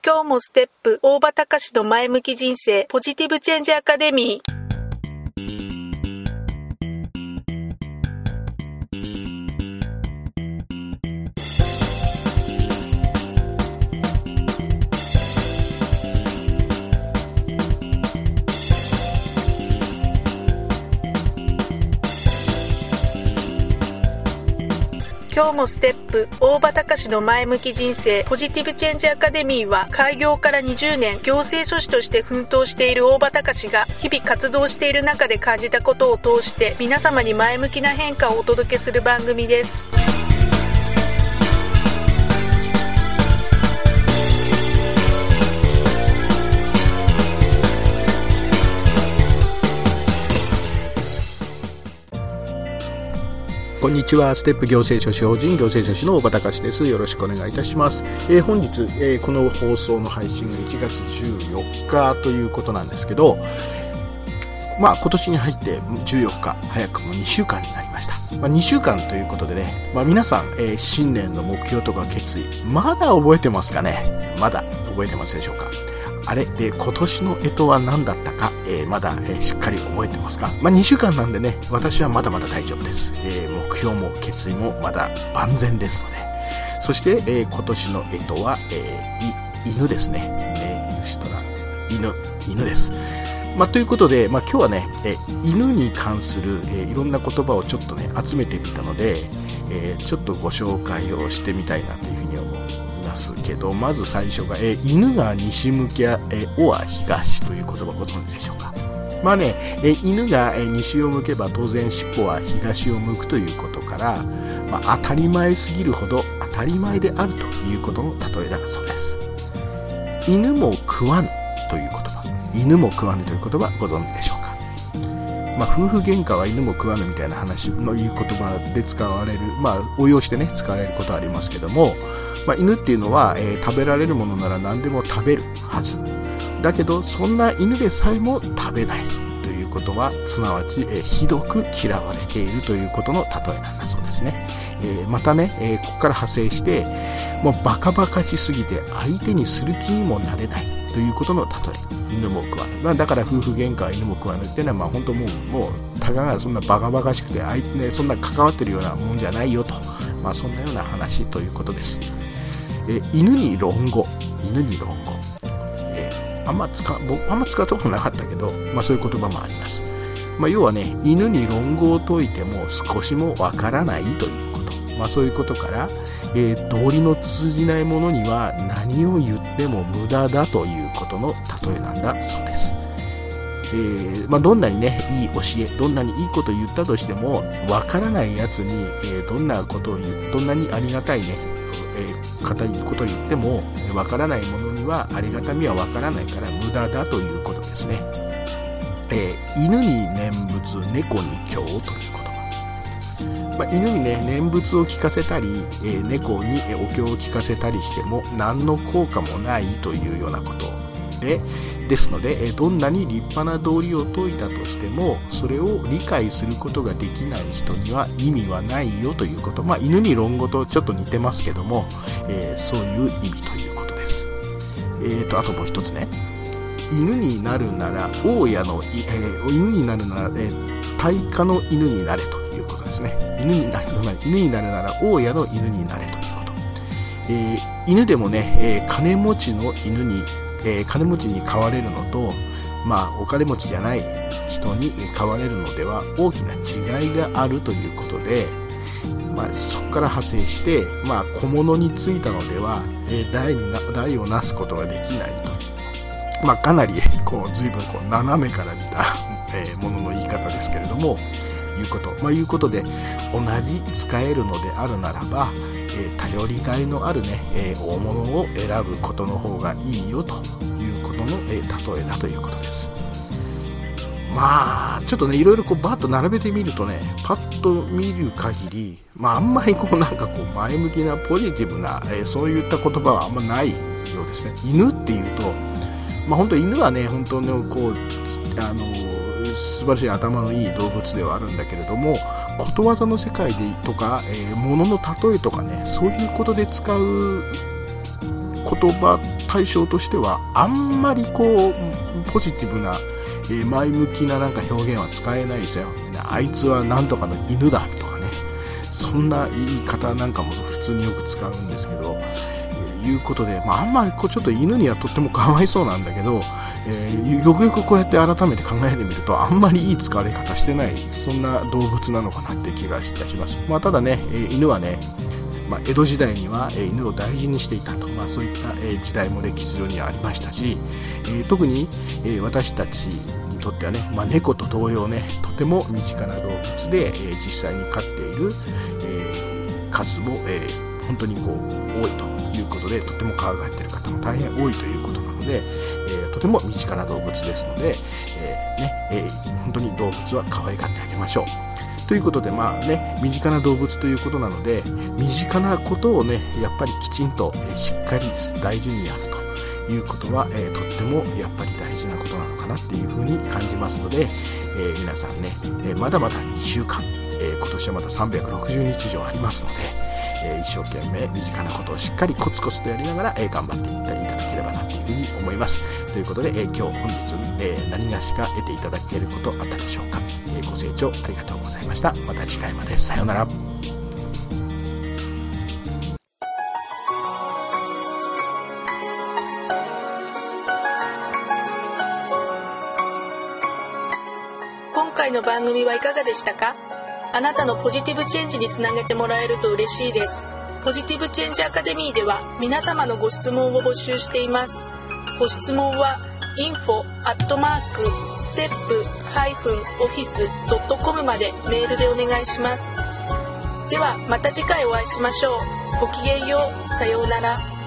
今日もステップ大場隆の前向き人生ポジティブチェンジアカデミー。今日もステップ大場隆の前向き人生ポジティブチェンジアカデミーは、開業から20年行政書士として奮闘している大場隆が日々活動している中で感じたことを通して皆様に前向きな変化をお届けする番組です。 こんにちは。ステップ行政書士法人行政書士の大場隆です。よろしくお願いいたします。本日、この放送の配信が1月14日ということなんですけど、今年に入って14日、早くも2週間になりました。2週間ということでね、皆さん、新年の目標とか決意、まだ覚えてますかね。まだ覚えてますでしょうか。あれで今年の干支は何だったか、まだ、しっかり覚えてますか。2週間なんでね、私はまだまだ大丈夫です。目標も決意もまだ万全ですので。そして、今年の干支は、犬ですね。犬です。ということで、今日はね、犬に関する、いろんな言葉をちょっとね集めてみたので、ちょっとご紹介をしてみたいなというふうに思いますけど、まず最初が、犬が西向きゃ、尾は東という言葉ご存知でしょうか。犬が西を向けば当然尻尾は東を向くということから、当たり前すぎるほど当たり前であるということの例えだそうです。犬も食わぬという言葉、犬も食わぬという言葉ご存知でしょうか。夫婦喧嘩は犬も食わぬみたいな話のいう言葉で使われる、応用してね使われることはありますけども、犬っていうのは、食べられるものなら何でも食べるはずだけど、そんな犬でさえも食べないということは、すなわち、ひどく嫌われているということの例えなんだそうですね。またね、ここから派生して、もうバカバカしすぎて相手にする気にもなれないということの例え、犬も食わぬ。だから夫婦喧嘩は犬も食わぬっていうのは、本当もうたかがそんなバカバカしくて相手ね、そんな関わってるようなもんじゃないよと、そんなような話ということです。犬に論語。あんま使ったことなかったけど、そういう言葉もあります。要はね、犬に論語を解いても少しもわからないということ。そういうことから、道理の通じないものには何を言っても無駄だということの例えなんだそうです。どんなにね、いい教え、どんなにいいことを言ったとしても、わからないやつに、どんなにありがたいね、固いことを言ってもわからないものにはありがたみはわからないから無駄だということですね。犬に念仏、猫に経という言葉。犬にね、念仏を聞かせたり、猫にお経を聞かせたりしても何の効果もないというようなことですので、どんなに立派な道理を説いたとしても、それを理解することができない人には意味はないよということ。犬に論語とちょっと似てますけども、そういう意味ということです。あともう一つね、犬になるなら大家の犬になれということですね。犬になるなら大家の犬になれということ。犬でもね、金持ちの犬に金持ちに飼われるのと、お金持ちじゃない人に飼われるのでは大きな違いがあるということで、そこから派生して、小物についたのでは、代をなすことができないと。かなり随分斜めから見た、ものの言い方ですけれども、いうことで、同じ使えるのであるならば、頼りがいのあるね、大物を選ぶことの方がいいよということの、例えだということです。ちょっとね、いろいろバッと並べてみるとね、パッと見る限り、あんまり前向きなポジティブな、そういった言葉はあんまないようですね。犬っていうと、本当犬はね、本当の素晴らしい頭のいい動物ではあるんだけれども、ことわざの世界でとか、物の例えとかね、そういうことで使う言葉対象としてはあんまりこうポジティブな、前向きななんか表現は使えないですよ。あいつはなんとかの犬だとかね、そんな言い方なんかも普通によく使うんですけど、いうことで、あんまりこうちょっと犬にはとってもかわいそうなんだけど、よくよくこうやって改めて考えてみるとあんまりいい使われ方してない、そんな動物なのかなって気がいたします。ただね、犬はね、江戸時代には犬を大事にしていたと、そういった時代も歴史上にはありましたし、特に私たちにとってはね、猫と同様ね、とても身近な動物で実際に飼っている数も本当にこう多いということで、とても可愛がっている方も大変多いということなので、とても身近な動物ですので、本当に動物は可愛がってあげましょうということで、身近な動物ということなので、身近なことをねやっぱりきちんとしっかり大事にやるということは、とってもやっぱり大事なことなのかなっていうふうに感じますので、皆さんね、まだまだ2週間、今年はまだ360日以上ありますので、一生懸命身近なことをしっかりコツコツとやりながら、頑張っていっていただければなというふうに思います。ということで、今日本日、何がしか得ていただけることあったでしょうか。ご清聴ありがとうございました。また次回まで。さようなら。 今回の番組はいかがでしたか？あなたのポジティブチェンジにつなげてもらえると嬉しいです。ポジティブチェンジアカデミーでは皆様のご質問を募集しています。ご質問は info@step-office.com までメールでお願いします。ではまた次回お会いしましょう。ごきげんよう。さようなら。